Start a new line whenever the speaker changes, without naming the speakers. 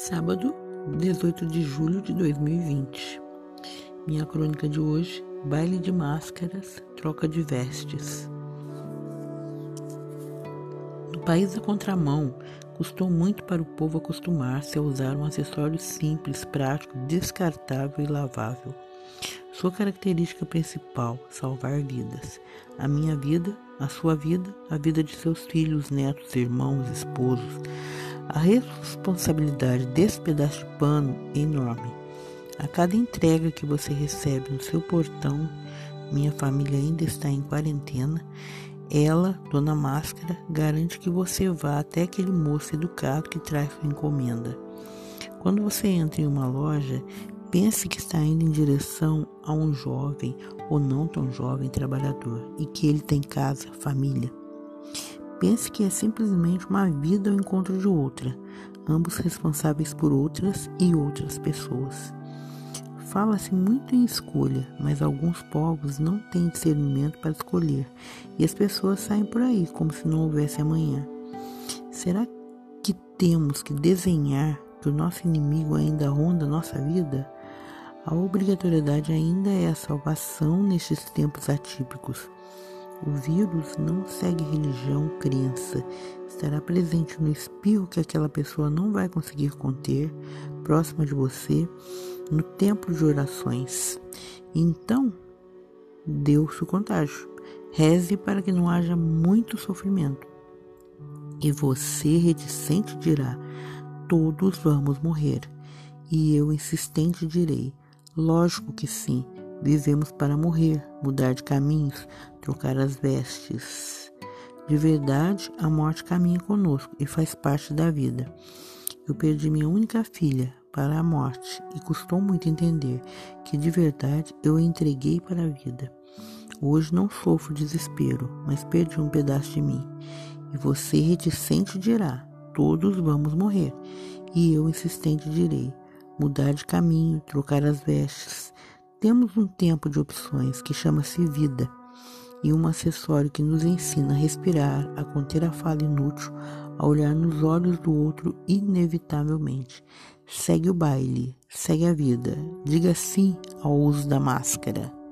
Sábado, 18 de julho de 2020. Minha crônica de hoje: baile de máscaras, troca de vestes. No país da contramão, custou muito para o povo acostumar-se a usar um acessório simples, prático, descartável e lavável. Sua característica principal: salvar vidas. A minha vida, a sua vida, a vida de seus filhos, netos, irmãos, esposos. A responsabilidade desse pedaço de pano é enorme. A cada entrega que você recebe no seu portão, minha família ainda está em quarentena, ela, Dona Máscara, garante que você vá até aquele moço educado que traz sua encomenda. Quando você entra em uma loja, pense que está indo em direção a um jovem ou não tão jovem trabalhador e que ele tem casa, família. Pense que é simplesmente uma vida ao encontro de outra, ambos responsáveis por outras e outras pessoas. Fala-se muito em escolha, mas alguns povos não têm discernimento para escolher e as pessoas saem por aí como se não houvesse amanhã. Será que temos que desenhar que o nosso inimigo ainda ronda a nossa vida? A obrigatoriedade ainda é a salvação nestes tempos atípicos. O vírus não segue religião, crença. Estará presente no espirro que aquela pessoa não vai conseguir conter, próxima de você, no templo de orações. Então, deu-se o contágio. Reze para que não haja muito sofrimento. E você, reticente, dirá: todos vamos morrer. E eu, insistente, direi: lógico que sim. Vivemos para morrer, mudar de caminhos, trocar as vestes. De verdade, a morte caminha conosco e faz parte da vida. Eu perdi minha única filha para a morte e custou muito entender que de verdade eu a entreguei para a vida. Hoje não sofro desespero, mas perdi um pedaço de mim. E você, reticente, dirá: todos vamos morrer. E eu, insistente, direi: mudar de caminho, trocar as vestes. Temos um tempo de opções que chama-se vida e um acessório que nos ensina a respirar, a conter a fala inútil, a olhar nos olhos do outro inevitavelmente. Segue o baile, segue a vida, diga sim ao uso da máscara.